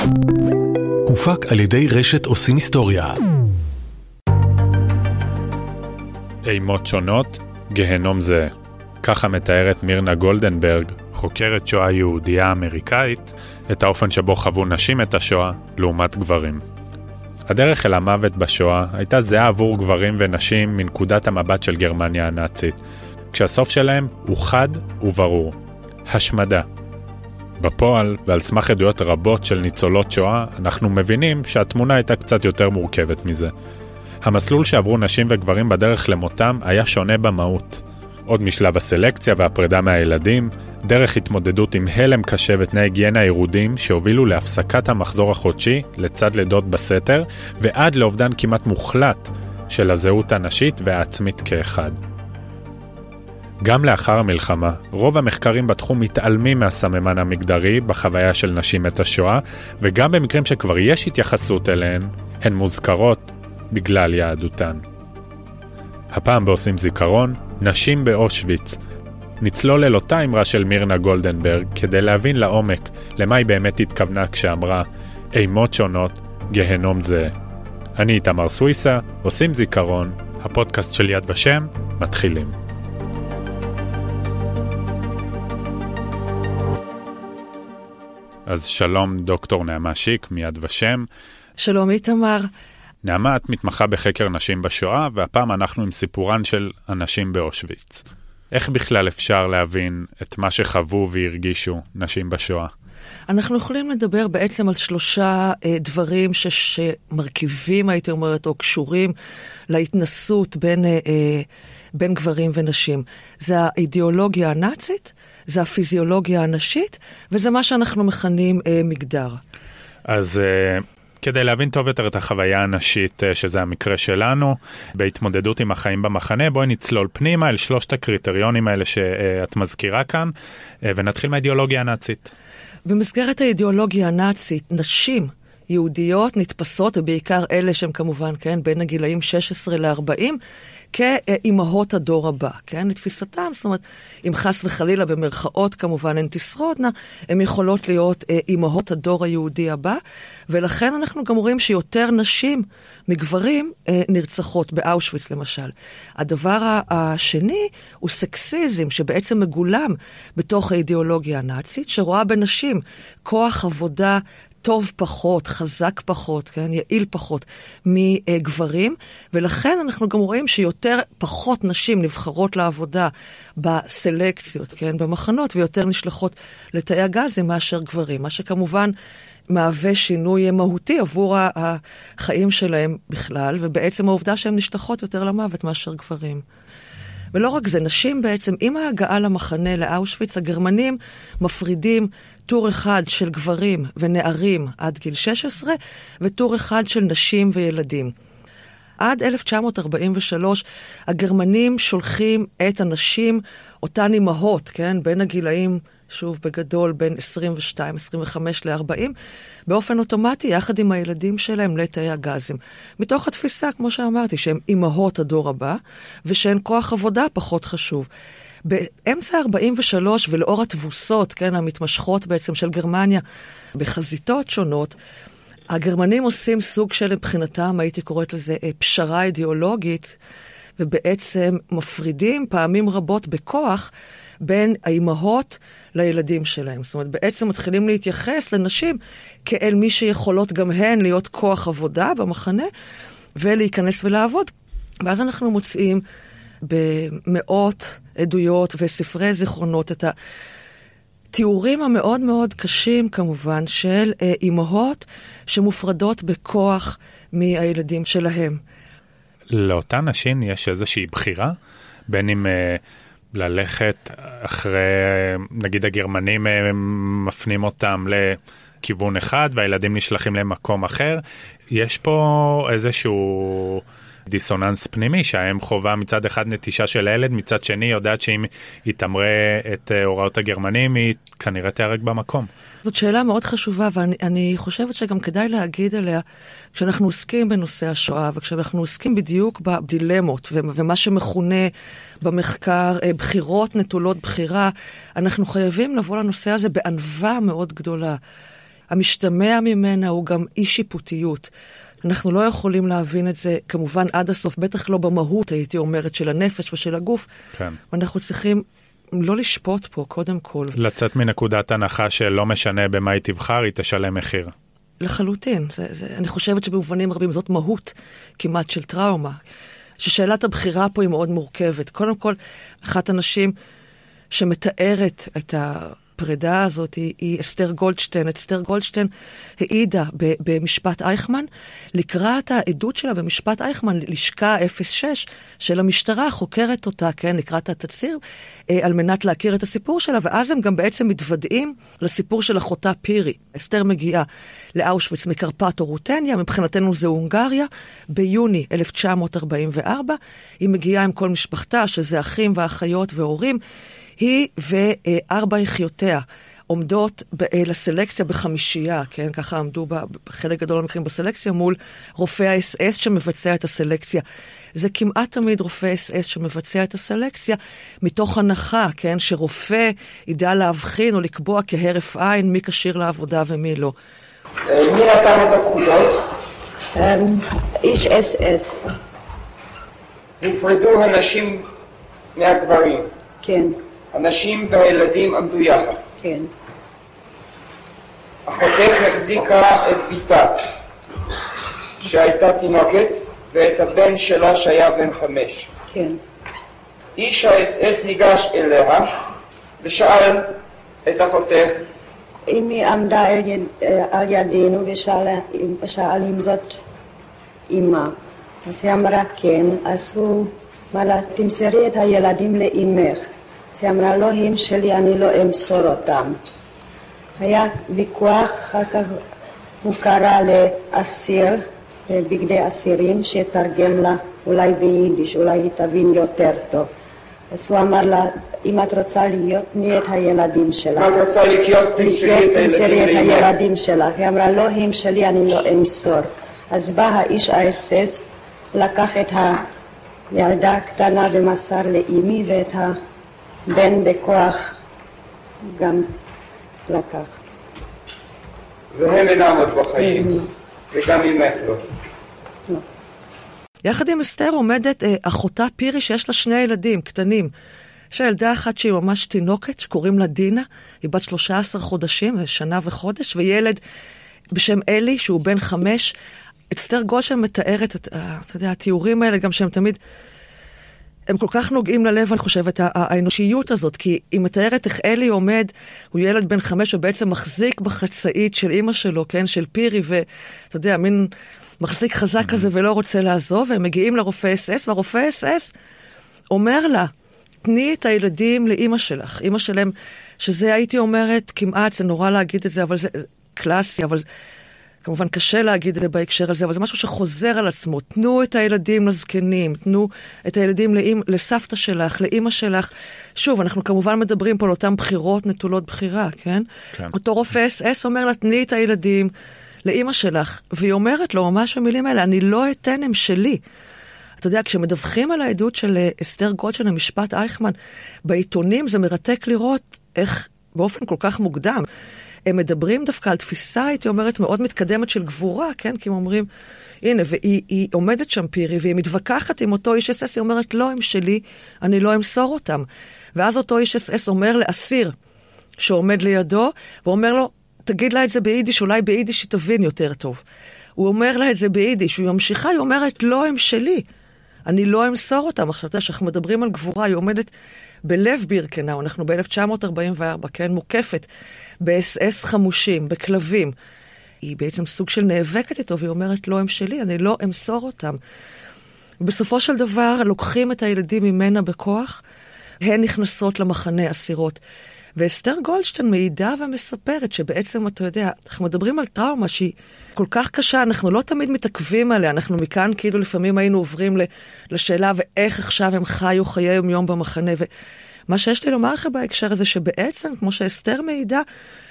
הופק על ידי רשת עושים היסטוריה. אימות שונות, גהנום זה. ככה מתארת מירנה גולדנברג, חוקרת שואה יהודייה אמריקאית, את האופן שבו חוו נשים את השואה לעומת גברים. הדרך אל המוות בשואה הייתה זהה עבור גברים ונשים מנקודת המבט של גרמניה הנאצית, כשהסוף שלהם הוא חד וברור. השמדה. בפועל, ועל סמך עדויות רבות של ניצולות שואה, אנחנו מבינים שהתמונה הייתה קצת יותר מורכבת מזה. המסלול שעברו נשים וגברים בדרך למותם היה שונה במהות. עוד משלב הסלקציה והפרידה מהילדים, דרך התמודדות עם הלם קשה ותנאי היגיינה ירודים שהובילו להפסקת המחזור החודשי לצד לידות בסתר, ועד לאובדן כמעט מוחלט של הזהות הנשית והעצמית כאחד. גם לאחר המלחמה, רוב המחקרים בתחום מתעלמים מהסממן המגדרי בחוויה של נשים את השואה, וגם במקרים שכבר יש התייחסות אליהן, הן מוזכרות בגלל יהדותן. הפעם בעושים זיכרון, נשים באושוויץ. נצלול אל אותה אמרה של מירנה גולדנברג כדי להבין לעומק למה היא באמת התכוונה כשאמרה אימות שונות, גהנום זה. אני איתמר סוויסה, עושים זיכרון, הפודקאסט של יד ושם, מתחילים. אז שלום דוקטור נעמה שיק מיד ושם. שלום איתמר. נעמה, את מתמחה בחקר נשים בשואה, והפעם אנחנו עם סיפורן של אנשים באושוויץ. איך בכלל אפשר להבין את מה שחוו והרגישו נשים בשואה? אנחנו יכולים לדבר בעצם על שלושה דברים שמרכיבים, הייתי אומרת, או קשורים להתנסות בין גברים ונשים. זה האידיאולוגיה הנאצית, זה הפיזיולוגיה הנשית, וזה מה שאנחנו מכנים מגדר. אז כדי להבין טוב יותר את החוויה הנשית, שזה המקרה שלנו, בהתמודדות עם החיים במחנה, בואי נצלול פנימה אל שלושת הקריטריונים האלה שאת מזכירה כאן, ונתחיל מהאידיאולוגיה הנאצית. במסגרת האידיאולוגיה הנאצית, נשים יהודיות נתפסות, ובעיקר אלה שהם כמובן, כן, בין הגילאים 16 ל-40, כאימהות הדור הבא, כן, לתפיסתם, זאת אומרת, אם חס וחלילה במרכאות כמובן הן תשרודנה, הן יכולות להיות אימהות הדור היהודי הבא, ולכן אנחנו גם רואים שיותר נשים מגברים נרצחות באושוויץ למשל. הדבר השני הוא סקסיזם, שבעצם מגולם בתוך האידיאולוגיה הנאצית, שרואה בנשים כוח עבודה טוב פחות, חזק פחות, כן, יעיל פחות מגברים, ולכן אנחנו גם רואים שיותר פחות נשים נבחרות לעבודה בסלקציות, כן, במחנות, ויותר נשלחות לתאי הגזים מאשר גברים, מה שכמובן מהווה שינוי מהותי עבור החיים שלהם בכלל, ובעצם העובדה שהן נשלחות יותר למוות מאשר גברים. ולא רק זה, נשים בעצם, עם ההגעה למחנה לאושוויץ, הגרמנים מפרידים טור אחד של גברים ונערים עד גיל 16, וטור אחד של נשים וילדים. עד 1943, הגרמנים שולחים את הנשים, אותן אימהות, כן, בין הגילאים, שוב בגדול, בין 22, 25 ל-40, באופן אוטומטי, יחד עם הילדים שלהם לתאי הגזים. מתוך התפיסה, כמו שאמרתי, שהן אימהות הדור הבא, ושהן כוח עבודה פחות חשוב. באמצע 43, ולאור התבוסות, כן, המתמשכות בעצם של גרמניה, בחזיתות שונות, הגרמנים עושים סוג של, מבחינתם, הייתי קוראת לזה, פשרה אידיאולוגית, ובעצם מפרידים פעמים רבות בכוח, בין האימהות לילדים שלהם. זאת אומרת, בעצם מתחילים להתייחס לנשים כאל מי שיכולות גם הן להיות כוח עבודה במחנה, ולהיכנס ולעבוד. ואז אנחנו מוצאים במאות עדויות וספרי זיכרונות את התיאורים המאוד מאוד קשים כמובן של אימהות שמופרדות בכוח מהילדים שלהם. לאותן נשים יש איזושהי בחירה, בין אם ללכת אחרי, נגיד הגרמנים מפנים אותם לכיוון אחד, והילדים נשלחים למקום אחר. יש פה איזשהו דיסוננס פנימי, שהאם חובה מצד אחד נטישה של הילד, מצד שני יודעת שאם היא תמרה את הוראות הגרמנים, היא כנראה תיהרג במקום. זאת שאלה מאוד חשובה, ואני חושבת שגם כדאי להגיד עליה, כשאנחנו עוסקים בנושא השואה, וכשאנחנו עוסקים בדיוק בדילמות, ומה שמכונה במחקר בחירות נטולות בחירה, אנחנו חייבים לבוא לנושא הזה בענווה מאוד גדולה. המשתמע ממנה הוא גם אי שיפוטיות. אנחנו לא יכולים להבין את זה כמובן עד הסוף, בטח לא במהות, הייתי אומרת, של הנפש ושל הגוף. כן. ואנחנו צריכים לא לשפוט פה, קודם כל. לצאת מנקודת הנחה שלא משנה במה היא תבחר, היא תשלם מחיר. לחלוטין. אני חושבת שבמובנים רבים זאת מהות כמעט של טראומה. ששאלת הבחירה פה היא מאוד מורכבת. קודם כל, אחת הנשים שמתארת את הפרידה הזאת היא אסתר גולדשטיין. אסתר גולדשטיין העידה במשפט אייכמן, לקראת העדות שלה במשפט אייכמן, לשכה 06 של המשטרה, חוקרת אותה, כן, לקראת התצהיר, על מנת להכיר את הסיפור שלה, ואז הם גם בעצם מתוודעים לסיפור של אחותה פירי. אסתר מגיעה לאושוויץ מקרפטו רוטניה, מבחינתנו זה הונגריה, ביוני 1944, היא מגיעה עם כל משפחתה, שזה אחים ואחיות והורים, היא וארבע אחיותיה עומדות לסלקציה בחמישייה, כן? ככה עמדו בחלק גדול המקרים בסלקציה מול רופא ה-SS שמבצע את הסלקציה. זה כמעט תמיד רופא SS שמבצע את הסלקציה, מתוך הנחה, כן? שרופא ידע להבחין או לקבוע כהרף עין מי כשיר לעבודה ומי לא. מי נתן את הפקודות? איש SS. נפרדו הנשים מהגברים. כן. הנשים והילדים עמדו יחד. כן. אחותך החזיקה את ביתה, שהייתה תינוקת, ואת הבן שלה שהיה בן 5. כן. איש ה-SS ניגש אליה ושאל את אחותך, אם היא עמדה על ידינו ושאל אם זאת אמא. אז היא אמרה כן, אז הוא אמר לה, תמסרי את הילדים לאמך. אז היא אמרה, לא הם שלי, אני לא אמסור אותם. היה ויכוח, אחר כך הוא קרא לאסיר, בגדי אסירים, שתרגם לה אולי ביידיש, אולי היא תבין יותר טוב. אז הוא אמר לה, אם את רוצה להיות, תני את הילדים שלך. אם את רוצה לחיות, תמסרי את הילדים שלך. היא אמרה, לא הם שלי, אני לא אמסור. אז בא האיש ה-SS, לקח את הילדה הקטנה ומסר לאמי, ואת הבן בכוח גם לקח. והם אינם עוד בחיים, וגם אמך לא. לא. יחד עם אסתר עומדת אחותה פירי שיש לה 2 ילדים קטנים. יש ילדה אחת שהיא ממש תינוקת, שקוראים לה דינה, היא בת 13 חודשים, זה שנה וחודש, וילד בשם אלי, שהוא בן 5. אסתר גולדשטיין מתארת, אתה יודע, התיאורים האלה גם שהם תמיד, הם כל כך נוגעים ללב, אני חושבת, האנושיות הזאת, כי היא מתארת איך אלי עומד, הוא ילד בן 5 ובעצם מחזיק בחצאית של אמא שלו, כן, של פירי, ואתה יודע, מין מחזיק חזק כזה ולא רוצה לעזוב, והם מגיעים לרופא SS, והרופא SS אומר לה, תני את הילדים לאמא שלך, אמא שלהם, שזה הייתי אומרת, כמעט, זה נורא להגיד את זה, אבל זה קלאסי, אבל כמובן קשה להגיד את זה בהקשר הזה, אבל זה משהו שחוזר על עצמו. תנו את הילדים לזקנים, תנו את הילדים לסבתא שלך, לאמא שלך. שוב, אנחנו כמובן מדברים פה על אותם בחירות נטולות בחירה, כן? כן. אותו רופא SS אומר לה, תני את הילדים לאמא שלך, והיא אומרת לו ממש במילים האלה, אני לא אתן, הם שלי. אתה יודע, כשמדווחים על העדות של אסתר גולדשטיין, המשפט אייכמן, בעיתונים זה מרתק לראות איך באופן כל כך מוקדם, הם מדברים דווקא על תפיסה, הייתי אומרת, מאוד מתקדמת של גבורה, כן? כי הם אומרים, הנה, והיא עומדת שם פירי, והיא מתווכחת עם אותו איש SS, היא אומרת, לא, הם שלי, אני לא אמסור אותם. ואז אותו איש SS אומר לאסיר שעומד לידו, ואומר לו, תגיד לה את זה ביידיש, אולי ביידיש היא תבין יותר טוב. הוא אומר לה את זה ביידיש, הוא ממשיכה, היא אומרת, לא, הם שלי, אני לא אמסור אותם. עכשיו, אתה יודע, שאנחנו מדברים על גבורה, היא עומדת בלב בירקנאו, אנחנו ב-1944, כן, מוקפת ב-SS חמושים, בכלבים. היא בעצם סוג של נאבקת איתו, והיא אומרת, לא הם שלי, אני לא אמסור אותם. ובסופו של דבר, לוקחים את הילדים ממנה בכוח, הן נכנסות למחנה אסירות. ואסתר גולדשטיין מעידה ומספרת שבעצם, אתה יודע, אנחנו מדברים על טראומה שהיא כל כך קשה, אנחנו לא תמיד מתעכבים עליה, אנחנו מכאן כאילו לפעמים היינו עוברים לשאלה ואיך עכשיו הם חיו חיי יום במחנה, ומה שיש לי לומר לך בהקשר הזה, שבעצם, כמו שאסתר מעידה,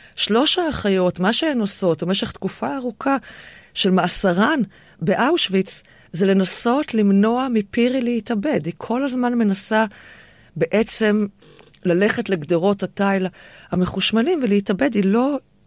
3 האחיות, מה שהן עושות, במשך תקופה ארוכה של מאסרן באושוויץ, זה לנסות למנוע מפירי להתאבד. היא כל הזמן מנסה בעצם ללכת לגדרות התיל המחושמלים ולהתאבד. היא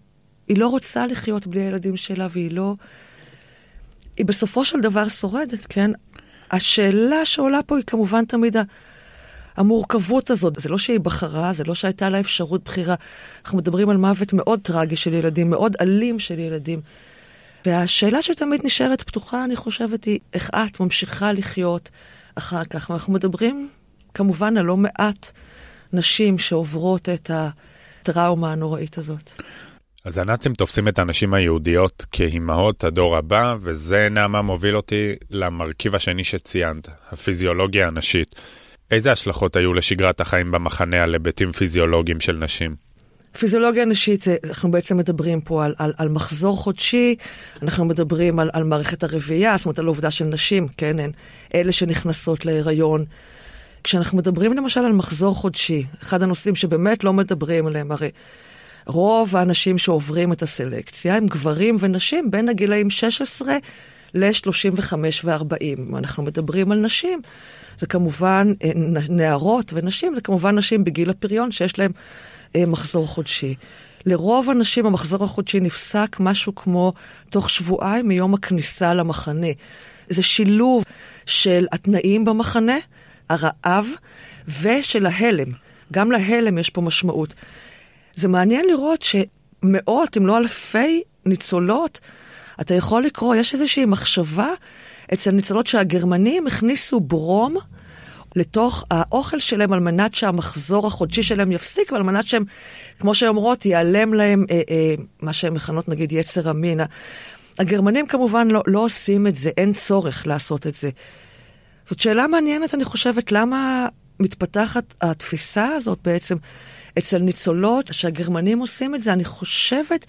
היא לא רוצה לחיות בלי הילדים שלה, והיא לא... היא בסופו של דבר שורדת, כן? השאלה שעולה פה היא כמובן תמיד המורכבות הזאת. זה לא שהיא בחרה, זה לא שהייתה לה אפשרות בחירה. אנחנו מדברים על מוות מאוד טרגי של ילדים, מאוד אלים של ילדים. והשאלה שתמיד נשארת פתוחה, אני חושבת, היא איך את ממשיכה לחיות אחר כך. אנחנו מדברים כמובן על לא מעט נשים שעוברות את הטראומה הנוראית הזאת. אז הנאצים תופסים את הנשים היהודיות כאימהות הדור הבא, וזה נעמה מוביל אותי למרכיב השני שציינת, הפיזיולוגיה הנשית. איזה השלכות היו לשגרת החיים במחנה על היבטים פיזיולוגיים של נשים? פיזיולוגיה נשית, אנחנו בעצם מדברים פה על מחזור חודשי, אנחנו מדברים על מערכת הרבייה, זאת אומרת על העובדה של נשים, כן, הן אלה שנכנסות להיריון. כשאנחנו מדברים למשל על מחזור חודשי, אחד הנושאים שבאמת לא מדברים עליהם, הרי רוב האנשים שעוברים את הסלקציה הם גברים ונשים בין הגילאים 16 ל-35 ו-40. אנחנו מדברים על נשים, זה כמובן נערות ונשים, זה כמובן נשים בגיל הפריון שיש להם מחזור חודשי. לרוב הנשים המחזור החודשי נפסק משהו כמו תוך שבועיים מיום הכניסה למחנה. זה שילוב של התנאים במחנה, הרעב ושל ההלם. גם להלם יש פה משמעות. זה מעניין לראות שמאות, אם לא אלפי ניצולות, אתה יכול לקרוא, יש איזושהי מחשבה אצל ניצולות שהגרמנים הכניסו ברום לתוך האוכל שלהם על מנת שהמחזור החודשי שלהם יפסיק, ועל מנת שהם, כמו שאומרות, ייעלם להם מה שהם מכנות, נגיד, יצר המין. הגרמנים כמובן לא עושים את זה, אין צורך לעשות את זה. זאת שאלה מעניינת, אני חושבת, למה מתפתחת התפיסה הזאת בעצם אצל ניצולות, שהגרמנים עושים את זה. אני חושבת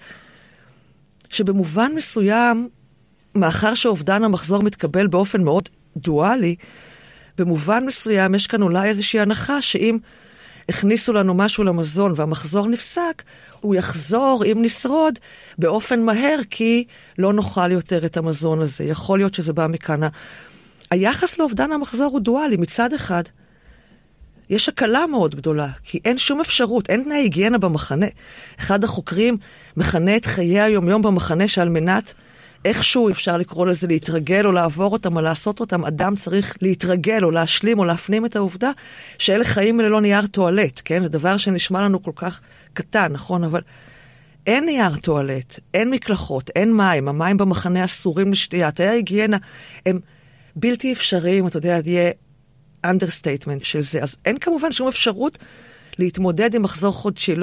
שבמובן מסוים, מאחר שאובדן המחזור מתקבל באופן מאוד דואלי, במובן מסוים יש כאן אולי איזושהי הנחה שאם הכניסו לנו משהו למזון והמחזור נפסק, הוא יחזור, אם נשרוד, באופן מהר, כי לא נאכל יותר את המזון הזה. יכול להיות שזה בא מכאן. היחס לאובדן המחזור הוא דואלי. מצד אחד, יש הקלה מאוד גדולה, כי אין שום אפשרות, אין תנאי היגיינה במחנה. אחד החוקרים מכנה את חיי היום-יום במחנה, שעל מנת איכשהו אפשר לקרוא לזה להתרגל או לעבור אותם או לעשות אותם, אדם צריך להתרגל או להשלים או להפנים את העובדה שאלה חיים ללא נייר טואלט, כן? זה דבר שנשמע לנו כל כך קטן, נכון? אבל אין נייר טואלט, אין מקלחות, אין מים, המים במחנה אסורים לשתייה, תאי ההיגיינה הם בלתי אפשריים, אתה יודע, יהיה understatement של זה. אז אין כמובן שום אפשרות להתמודד עם מחזור חודשי,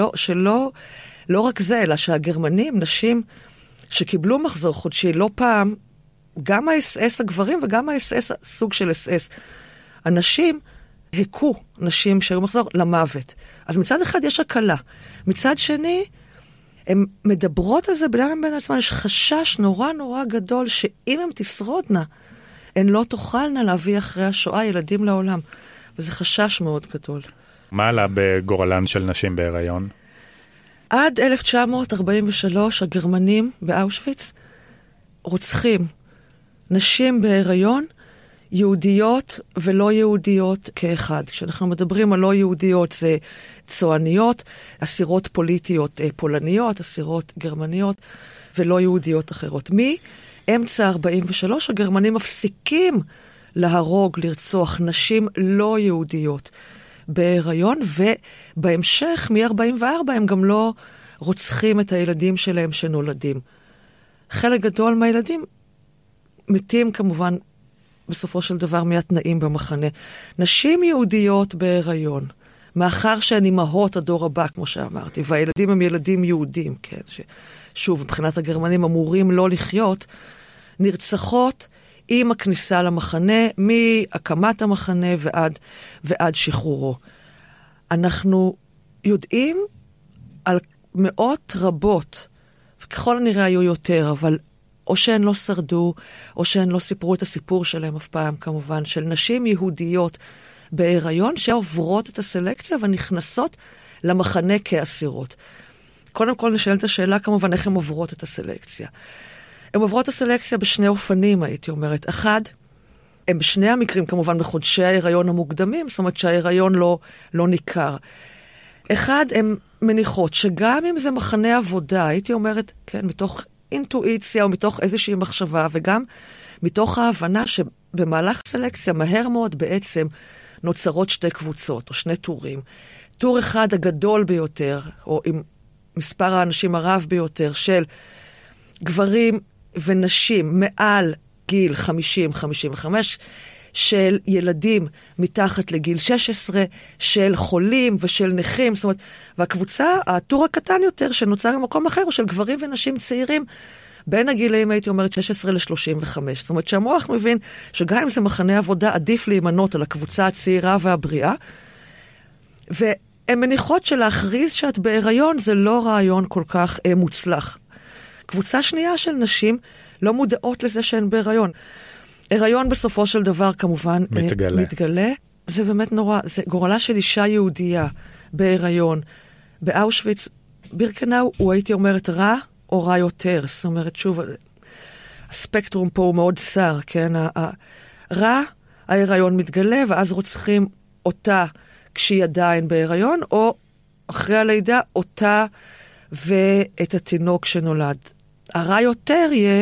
לא רק זה, אלא שהגרמנים, נשים שקיבלו מחזור חודשי, לא פעם, גם ה-SS הגברים וגם ה-SS, סוג של SS, אנשים הכו נשים שהיו מחזור למוות. אז מצד אחד יש הקלה. מצד שני, הן מדברות על זה בין עצמן, יש חשש נורא נורא גדול שאם הן תשרודנה, הן לא תוכלנה להביא אחרי השואה ילדים לעולם. וזה חשש מאוד גדול. מה עלה בגורלן של נשים בהיריון? עד 1943 הגרמנים באושוויץ רוצחים נשים בהיריון, יהודיות ולא יהודיות כאחד. כשאנחנו מדברים על לא יהודיות זה צועניות, אסירות פוליטיות פולניות, אסירות גרמניות ולא יהודיות אחרות. מאמצע 43 הגרמנים מפסיקים להרוג, לרצוח נשים לא יהודיות בהיריון, ובהמשך, מ-44, הם גם לא רוצחים את הילדים שלהם שנולדים. חלק גדול מהילדים מתים כמובן בסופו של דבר מהתנאים במחנה. נשים יהודיות בהיריון, מאחר שהן אימהות הדור הבא, כמו שאמרתי, והילדים הם ילדים יהודים, כן, ששוב, מבחינת הגרמנים אמורים לא לחיות, נרצחות עם הכניסה למחנה, מהקמת המחנה ועד שחרורו. אנחנו יודעים על מאות רבות, וככל הנראה היו יותר, אבל או שהן לא שרדו, או שהן לא סיפרו את הסיפור שלהם אף פעם, כמובן, של נשים יהודיות בהיריון שעוברות את הסלקציה ונכנסות למחנה כאסירות. קודם כל נשאלת השאלה כמובן איך הן עוברות את הסלקציה. הן עוברות את הסלקציה בשני אופנים, הייתי אומרת. אחד, הם בשני המקרים כמובן בחודשי ההיריון המוקדמים, זאת אומרת שההיריון לא ניכר. אחד, הן מניחות שגם אם זה מחנה עבודה, הייתי אומרת, כן, מתוך אינטואיציה או מתוך איזושהי מחשבה, וגם מתוך ההבנה שבמהלך סלקציה מהר מאוד בעצם נוצרות שתי קבוצות או שני טורים. טור אחד הגדול ביותר, או עם מספר האנשים הרב ביותר, של גברים ונשים מעל גיל 50-55, של ילדים מתחת לגיל 16, של חולים ושל נכים, זאת אומרת, והקבוצה, הטור הקטן יותר שנוצר במקום אחר, הוא של גברים ונשים צעירים, בין הגילאים הייתי אומרת 16 ל-35. זאת אומרת שהמוח מבין שגם אם זה מחנה עבודה, עדיף להימנות על הקבוצה הצעירה והבריאה, והן מניחות שלהכריז שאת בהיריון זה לא רעיון כל כך מוצלח. קבוצה שנייה של נשים לא מודעות לזה שהן בהיריון. הריון בסופו של דבר כמובן מתגלה. זה באמת נורא, זה גורלה של אישה יהודייה בהיריון. באושוויץ, בירקנאו, הוא הייתי אומרת רע או רע יותר. זאת אומרת, שוב, הספקטרום פה הוא מאוד צר, כן? רע, ההיריון מתגלה, ואז רוצחים אותה כשהיא עדיין בהיריון, או אחרי הלידה, אותה ואת התינוק שנולד. הרע יותר יהיה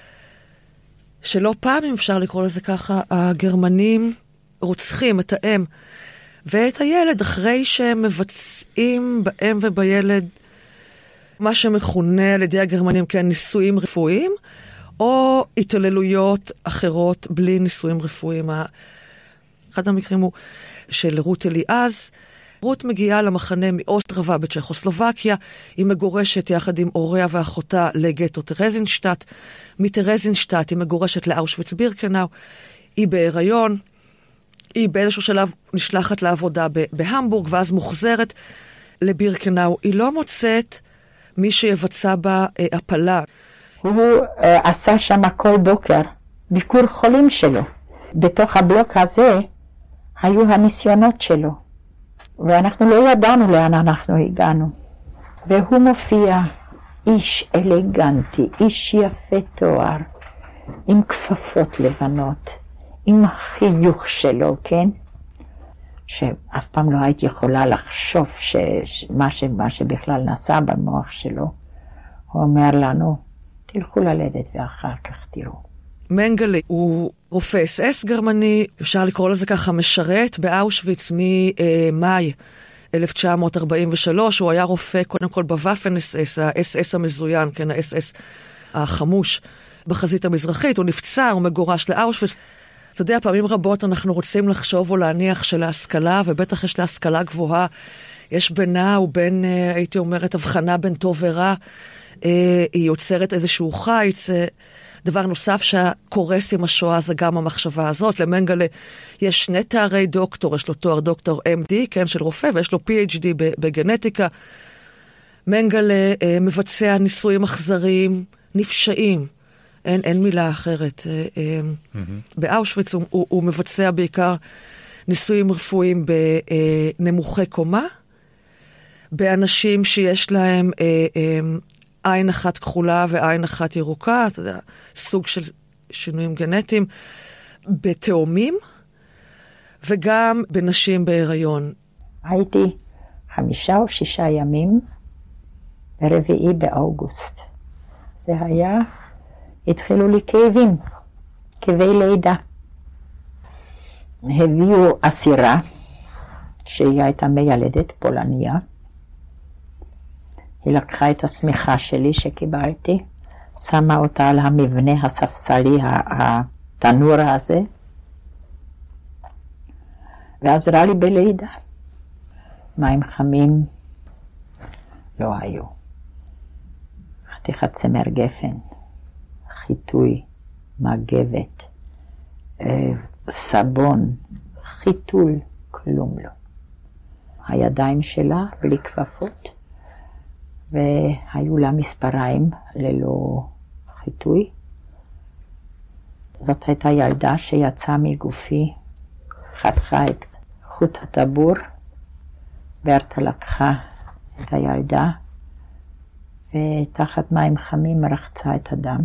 שלא פעם, אם אפשר לקרוא לזה ככה, הגרמנים רוצחים את האם ואת הילד אחרי שהם מבצעים באם ובילד מה שמכונה על ידי הגרמנים כן ניסויים רפואיים, או התעללויות אחרות בלי ניסויים רפואיים. אחד המקרים הוא של רות אליעז. רות מגיעה למחנה מאוסטרבה בצ'כוסלובקיה, היא מגורשת יחד עם הוריה ואחותה לגטו טרזינשטט, מטרזינשטט היא מגורשת לאושוויץ בירקנאו, היא בהיריון, היא באיזשהו שלב נשלחת לעבודה בהמבורג, ואז מוחזרת לבירקנאו, היא לא מוצאת מי שיבצע בה הפלה. הוא עשה שם כל בוקר ביקור חולים שלו. בתוך הבלוק הזה היו הניסיונות שלו. ואנחנו לא ידענו לאן אנחנו הגענו. והוא מופיע איש אלגנטי, איש יפה תואר, עם כפפות לבנות, עם החיוך שלו, כן? שאף פעם לא הייתי יכולה לחשוב מה שבכלל נעשה במוח שלו. הוא אומר לנו, תלכו ללדת ואחר כך תראו. מנגלה הוא רופא אס-אס גרמני, אפשר לקרוא לזה ככה משרת באושוויץ ממאי 1943, הוא היה רופא קודם כל בוואפן אס-אס, האס-אס המזוין, כן, האס-אס החמוש בחזית המזרחית, הוא נפצע, הוא מגורש לאושוויץ. אתה יודע, פעמים רבות אנחנו רוצים לחשוב או להניח שלהשכלה, ובטח יש להשכלה גבוהה, יש בינה ובין, הייתי אומרת, הבחנה בין טוב ורע, היא יוצרת איזשהו חיץ. דבר נוסף שקורס עם השואה זה גם המחשבה הזאת. למנגלה יש 2 תארי דוקטור, יש לו תואר דוקטור MD, כן, של רופא, ויש לו PhD בגנטיקה. מנגלה מבצע ניסויים אכזריים, נפשעים, אין מילה אחרת. באושוויץ הוא מבצע בעיקר ניסויים רפואיים בנמוכי קומה, באנשים שיש להם עין אחת כחולה ועין אחת ירוקה, אתה יודע, סוג של שינויים גנטיים, בתאומים, וגם בנשים בהיריון. הייתי 5 או 6 ימים, ב4 באוגוסט. זה היה, התחילו לי כאבים, כאבי לידה. הביאו אסירה, שהיא הייתה מיילדת, פולניה. היא לקחה את השמיכה שלי שקיבלתי, שמה אותה על המבנה הספסלי, התנור הזה, ועזרה לי בלידה. מים חמים לא היו. חתיכת צמר גפן, חיטוי, מגבת, סבון, חיתול, כלום לא. הידיים שלה בלי כפפות, והיו לה מספריים ללא חיטוי. זאת הייתה ילדה שיצאה מגופי, חתכה את חוט הטבור, ברטה לקחה את הילדה, ותחת מים חמים רחצה את הדם.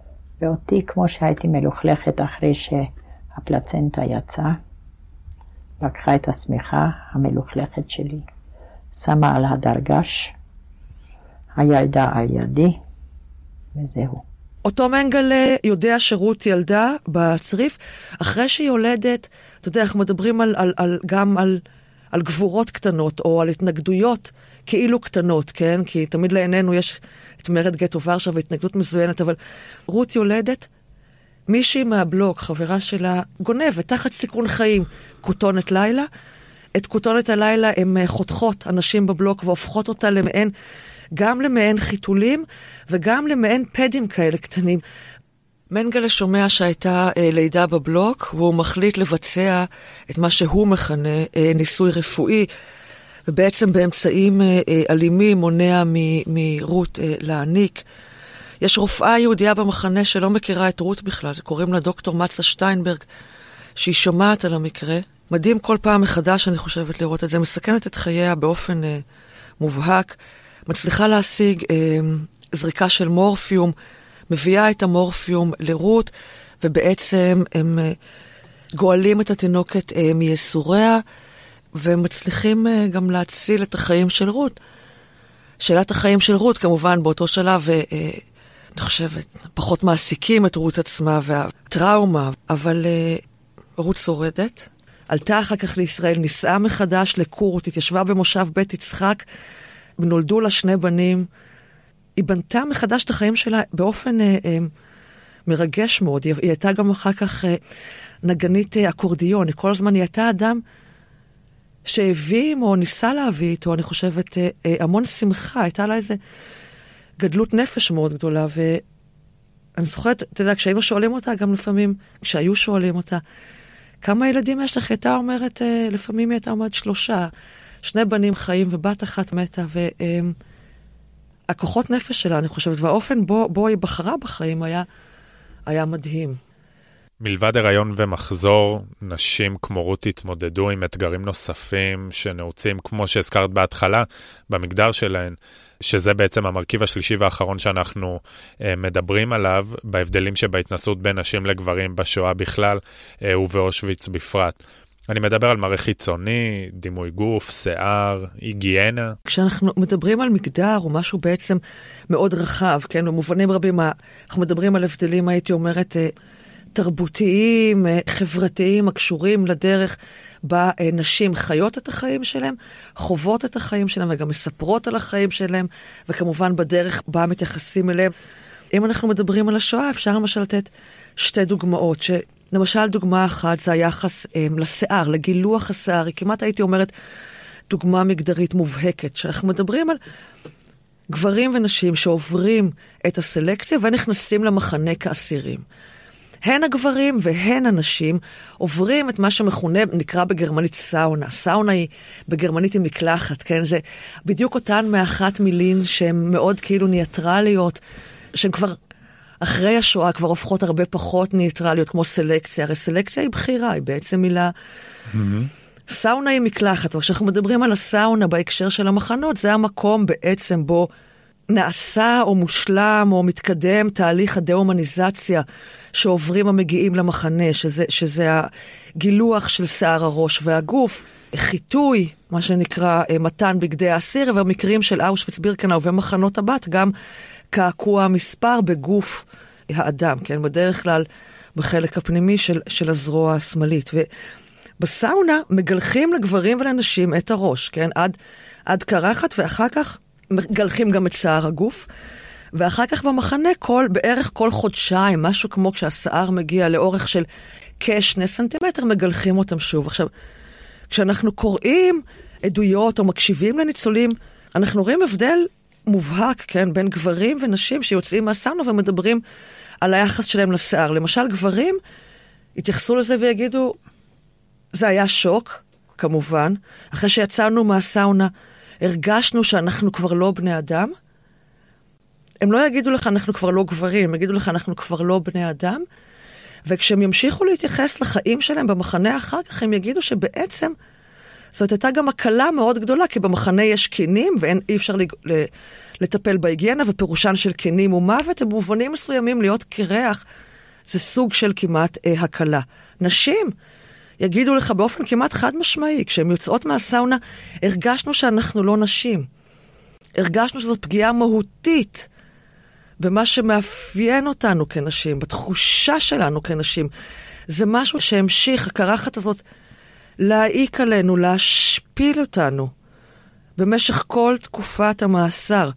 ואותי, כמו שהייתי מלוכלכת אחרי שהפלצנטה יצאה, לקחה את השמיכה המלוכלכת שלי, שמה על הדרגש, הילדה על ידי, וזהו. אותו מנגלה יודע שרות ילדה בצריף, אחרי שהיא יולדת, אתה יודע, אנחנו מדברים גם על גבורות קטנות, או על התנגדויות כאילו קטנות, כן? כי תמיד לעינינו יש את מרד גטו ורשה והתנגדות מזוינת, אבל רות יולדת, מישהי מהבלוק, חברה שלה, גונבת, תחת סיכון חיים, כותונת לילה. את כותונת הלילה הם חותכות אנשים בבלוק והופכות אותה למעין, גם למעין חיתולים וגם למעין פדים כאלה קטנים. מנגלה שומע שהייתה לידה בבלוק, והוא מחליט לבצע את מה שהוא מכנה ניסוי רפואי, ובעצם באמצעים אלימים מונע מרות להעניק. יש רופאה יהודיה במחנה שלא מכירה את רות בכלל, קוראים לה דוקטור מצה שטיינברג, שהיא שומעת על המקרה. מדהים כל פעם מחדש, אני חושבת, לראות את זה. מסכנת את חייה באופן מובהק, מצליחה להשיג זריקה של מורפיום, מביאה את המורפיום לרות, ובעצם הם גואלים את התינוקת מייסוריה, ומצליחים גם להציל את החיים של רות. שאלת החיים של רות, כמובן, באותו שלב, אני חושבת, פחות מעסיקים את רות עצמה והטראומה, אבל רות שורדת. עלתה אחר כך לישראל, נישאה מחדש לקורות, התיישבה במושב בית יצחק, נולדו לה 2 בנים. היא בנתה מחדש את החיים שלה באופן מרגש מאוד. היא הייתה גם אחר כך נגנית אקורדיון. כל הזמן היא הייתה אדם שהביא או ניסה להביא איתו, אני חושבת, המון שמחה. הייתה לה איזו גדלות נפש מאוד גדולה, ואני זוכרת, אתה יודע, כשהיינו שואלים אותה, גם לפעמים, כשהיו שואלים אותה, כמה ילדים יש לך? הייתה אומרת, לפעמים היא הייתה אומרת 3, 2 בנים חיים ובת אחת מתה, והכוחות נפש שלה, אני חושבת, והאופן בו היא בחרה בחיים היה מדהים. מלבד הריון ומחזור, נשים כמו רות התמודדו עם אתגרים נוספים שנעוצים, כמו שהזכרת בהתחלה, במגדר שלהן, שזה בעצם המרכיב השלישי והאחרון שאנחנו מדברים עליו, בהבדלים שבהתנסות בין נשים לגברים בשואה בכלל ובאושוויץ בפרט. אני מדבר על מראה חיצוני, דימוי גוף, שיער, היגיינה. כשאנחנו מדברים על מגדר, הוא משהו בעצם מאוד רחב, כן? במובנים רבים, אנחנו מדברים על הבדלים, הייתי אומרת, תרבותיים, חברתיים, הקשורים לדרך בה נשים חיות את החיים שלהם, חוות את החיים שלהם וגם מספרות על החיים שלהם, וכמובן בדרך בה מתייחסים אליהם. אם אנחנו מדברים על השואה, אפשר למשל לתת 2 דוגמאות, למשל דוגמה אחת זה היחס לשיער, לגילוח השיער, היא כמעט הייתי אומרת דוגמה מגדרית מובהקת, שאנחנו מדברים על גברים ונשים שעוברים את הסלקציה ונכנסים למחנה כאסירים. הן הגברים והן הנשים עוברים את מה שמכונה, נקרא בגרמנית סאונה. סאונה היא בגרמנית עם מקלחת, כן? זה בדיוק אותן מאחת מילים שהן מאוד כאילו ניטרליות, שהן כבר אחרי השואה כבר הופכות הרבה פחות ניטרליות, כמו סלקציה. הרי סלקציה היא בחירה, היא בעצם מילה. סאונה היא מקלחת, וכשאנחנו מדברים על הסאונה בהקשר של המחנות, זה המקום בעצם בו נעשה או מושלם או מתקדם תהליך הדה-הומניזציה שעוברים המגיעים למחנה, שזה הגילוח של שיער הראש והגוף, חיטוי, מה שנקרא מתן בגדי האסיר, ובמקרים של אושוויץ בירקנאו ומחנות הבת, גם קעקוע מספר בגוף האדם, כן? בדרך כלל בחלק הפנימי של הזרוע השמאלית. ובסאונה מגלחים לגברים ולנשים את הראש, כן? עד קרחת, ואחר כך מגלחים גם את שיער הגוף, ואחר כך במחנה בערך כל חודשיים, משהו כמו כשהשיער מגיע לאורך של כ2 סנטימטר, מגלחים אותם שוב. עכשיו, כשאנחנו קוראים עדויות או מקשיבים לניצולים, אנחנו רואים הבדל מובהק, כן, בין גברים ונשים שיוצאים מהסאונה ומדברים על היחס שלהם לשיער. למשל, גברים יתייחסו לזה ויגידו, זה היה שוק, כמובן. אחרי שיצאנו מהסאונה, הרגשנו שאנחנו כבר לא בני אדם. הם לא יגידו לך, אנחנו כבר לא גברים, הם יגידו לך, אנחנו כבר לא בני אדם. וכשהם ימשיכו להתייחס לחיים שלהם במחנה אחר כך, הם יגידו שבעצם זאת הייתה גם הקלה מאוד גדולה, כי במחנה יש קינים, ואי אפשר לטפל בהיגיינה, ופירושן של קינים ומוות, במובנים מסוימים להיות קרח, זה סוג של כמעט הקלה. נשים יגידו לך באופן כמעט חד משמעי, כשהן יוצאות מהסאונה, הרגשנו שאנחנו לא נשים. הרגשנו שזאת פגיעה מהותית במה שמאפיין אותנו כנשים, בתחושה שלנו כנשים. זה משהו שהמשיך, הקרחת הזאת, להעיק עלינו, להשפיל אותנו, במשך כל תקופת המאסר.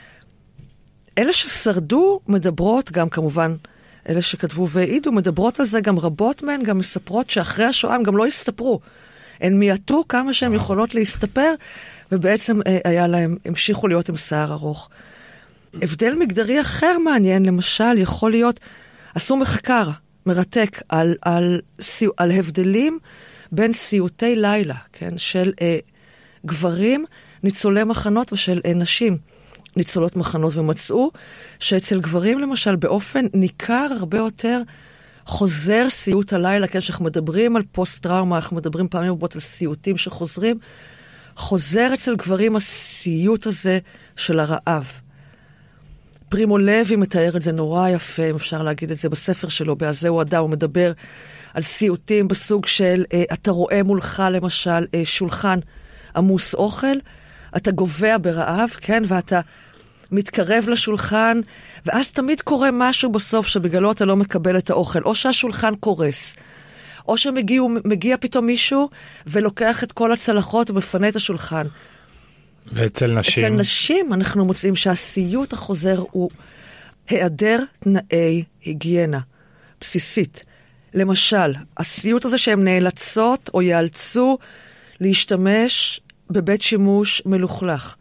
אלה ששרדו מדברות, גם כמובן, אלה שכתבו והעידו, מדברות על זה, גם רבות מהן, גם מספרות שאחרי השואה הם גם לא הסתפרו. הן מיעטו כמה שהן יכולות להסתפר, ובעצם היה להם, המשיכו להיות עם שיער ארוך. הבדל מגדרי אחר מעניין, למשל, יכול להיות, עשו מחקר מרתק על הבדלים בין סיוטי לילה, כן, של גברים ניצולי מחנות ושל נשים ניצולות מחנות, ומצאו שאצל גברים למשל באופן ניכר הרבה יותר חוזר סיוט הלילה, כן, שאנחנו מדברים על פוסט-טראומה, אנחנו מדברים פעמים רבות על סיוטים שחוזרים, חוזר אצל גברים הסיוט הזה של הרעב. פרימו לוי מתאר את זה נורא יפה, אם אפשר להגיד את זה בספר שלו, בהזהו אדם, הוא מדבר על סיוטים בסוג של, אתה רואה מולך למשל שולחן עמוס אוכל, אתה גובע ברעב, כן, ואתה מתקרב לשולחן, ואז תמיד קורה משהו בסוף שבגללו אתה לא מקבל את האוכל, או שהשולחן קורס, או שמגיע פתאום מישהו ולוקח את כל הצלחות ומפנה את השולחן. ואצל נשים? אצל נשים אנחנו מוצאים שהסיוט החוזר הוא היעדר תנאי היגיינה בסיסית. למשל, הסיוט הזה שהן נאלצות או יאלצו להשתמש בבית שימוש מלוכלך.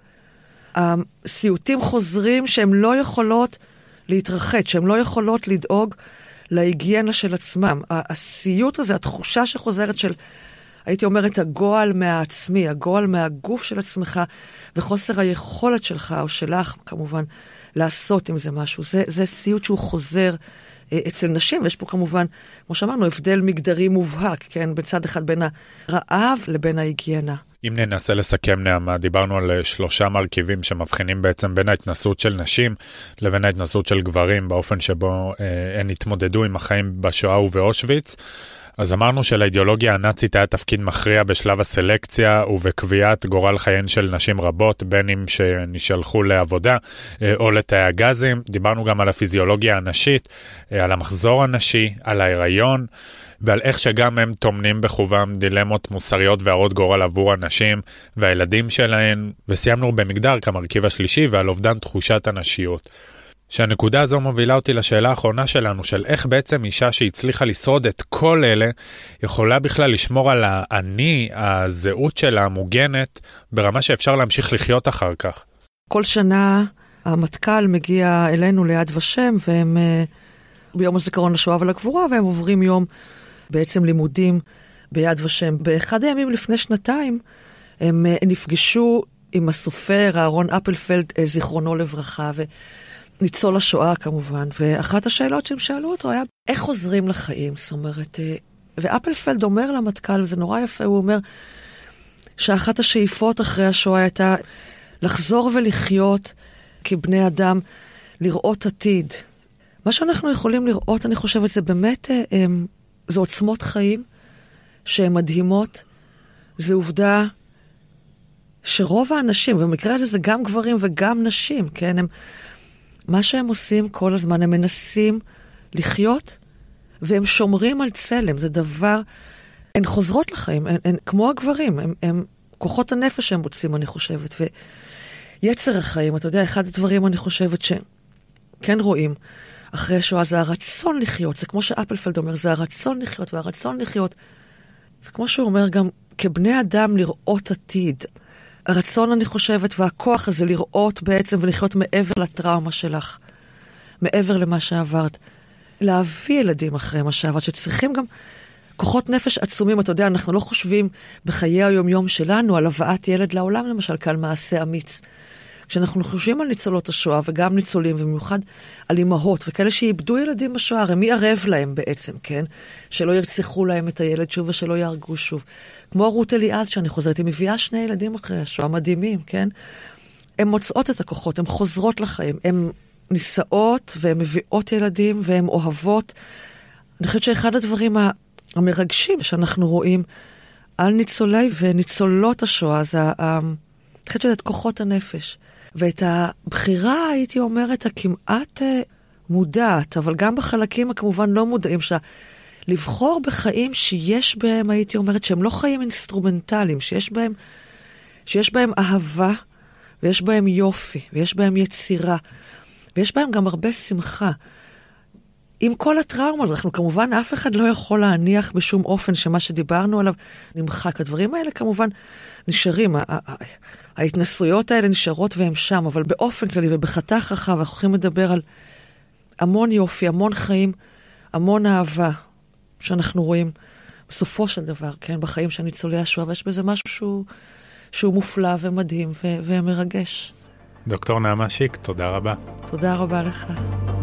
הסיוטים חוזרים שהן לא יכולות להתרחץ, שהן לא יכולות לדאוג להיגיינה של עצמם. הסיוט הזה, התחושה שחוזרת של, הייתי אומרת, הגועל מהעצמי, הגועל מהגוף של עצמך, וחוסר היכולת שלך, או שלך, כמובן, לעשות עם זה משהו. זה סיוט שהוא חוזר אצל נשים, ויש פה כמובן, כמו שאמרנו, הבדל מגדרי מובהק, כן? בצד אחד בין הרעב לבין ההיגיינה. אם ננסה לסכם, נעמה, דיברנו על 3 מרכיבים שמבחינים בעצם בין ההתנסות של נשים לבין ההתנסות של גברים, באופן שבו הן התמודדו עם החיים בשואה ובאושוויץ. אז אמרנו שלאידיאולוגיה הנאצית היה תפקיד מכריע בשלב הסלקציה ובקביעת גורל חייהן של נשים רבות, בין אם שנשלחו לעבודה או לתאי הגזים. דיברנו גם על הפיזיולוגיה הנשית, על המחזור הנשי, על ההיריון, ועל איך שגם הם תומנים בחובם דילמות מוסריות והרות גורל עבור הנשים והילדים שלהן, וסיימנו במגדר כמרכיב השלישי ועל אובדן תחושת הנשיות. שהנקודה הזו מובילה אותי לשאלה האחרונה שלנו, של איך בעצם אישה שהצליחה לשרוד את כל אלה, יכולה בכלל לשמור על האני, הזהות שלה המוגנת, ברמה שאפשר להמשיך לחיות אחר כך. כל שנה המטכ"ל מגיע אלינו ליד ושם, והם ביום הזיכרון לשואה ולגבורה, והם עוברים יום בעצם לימודים ביד ושם. באחד הימים לפני 2 הם נפגשו עם הסופר אהרון אפלפלד, זיכרונו לברכה, ניצול השואה כמובן, ואחת השאלות שהם שאלו אותו היה, איך חוזרים לחיים? זאת אומרת, ואפלפלד אומר למטכ"ל, וזה נורא יפה, הוא אומר, שאחת השאיפות אחרי השואה הייתה לחזור ולחיות כבני אדם, לראות עתיד. מה שאנחנו יכולים לראות, אני חושבת, זה באמת, זה עוצמות חיים שהן מדהימות, זה עובדה שרוב האנשים, ובמקרה הזה זה גם גברים וגם נשים, כן, מה שהם עושים כל הזמן, הם מנסים לחיות, והם שומרים על צלם, זה דבר, הן חוזרות לחיים, הן כמו הגברים, הם כוחות הנפש שהם מוצאים, אני חושבת, ויצר החיים, אתה יודע, אחד הדברים אני חושבת שכן רואים, אחרי השואה זה הרצון לחיות, זה כמו שאפלפלד אומר, זה הרצון לחיות, והרצון לחיות, וכמו שהוא אומר גם, כבני אדם לראות עתיד, הרצון, אני חושבת, והכוח הזה לראות בעצם ולחיות מעבר לטראומה שלך, מעבר למה שעברת, להביא ילדים אחרי מה שעברת, שצריכים גם כוחות נפש עצומים. אתה יודע, אנחנו לא חושבים בחיי היום-יום שלנו על הבאת ילד לעולם, למשל, כעל מעשה אמיץ. כשאנחנו חושבים על ניצולות השואה, וגם ניצולים, ובמיוחד על אמהות, וכאלה שאיבדו ילדים בשואה, הרי מי ערב להם בעצם, כן? שלא ירצחו להם את הילד שוב ושלא יהרגו שוב. כמו רות אליעז, שאני חוזרת, היא מביאה 2 ילדים אחרי השואה, מדהימים, כן? הן מוצאות את הכוחות, הן חוזרות לחיים, הן נישאות, והן מביאות ילדים, והן אוהבות. אני חושבת שאחד הדברים המרגשים שאנחנו רואים על ניצולי וניצולות השואה, זה את כוחות הנפש. ואת הבחירה, הייתי אומרת, הכמעט מודעת, אבל גם בחלקים הכמובן לא מודעים, לבחור בחיים שיש בהם, הייתי אומרת, שהם לא חיים אינסטרומנטליים, שיש בהם אהבה, ויש בהם יופי, ויש בהם יצירה, ויש בהם גם הרבה שמחה. עם כל הטראומה, אנחנו כמובן, אף אחד לא יכול להניח בשום אופן שמה שדיברנו עליו נמחק. הדברים האלה כמובן נשארים, ההתנסויות האלה נשארות והם שם, אבל באופן כללי ובחתך רחב, אנחנו יכולים לדבר על המון יופי, המון חיים, המון אהבה, שאנחנו רואים בסופו של דבר, כן, בחיים של ניצולי השואה, ויש בזה משהו שהוא מופלא ומדהים ומרגש. דוקטור נעמה שיק, תודה רבה. תודה רבה לך.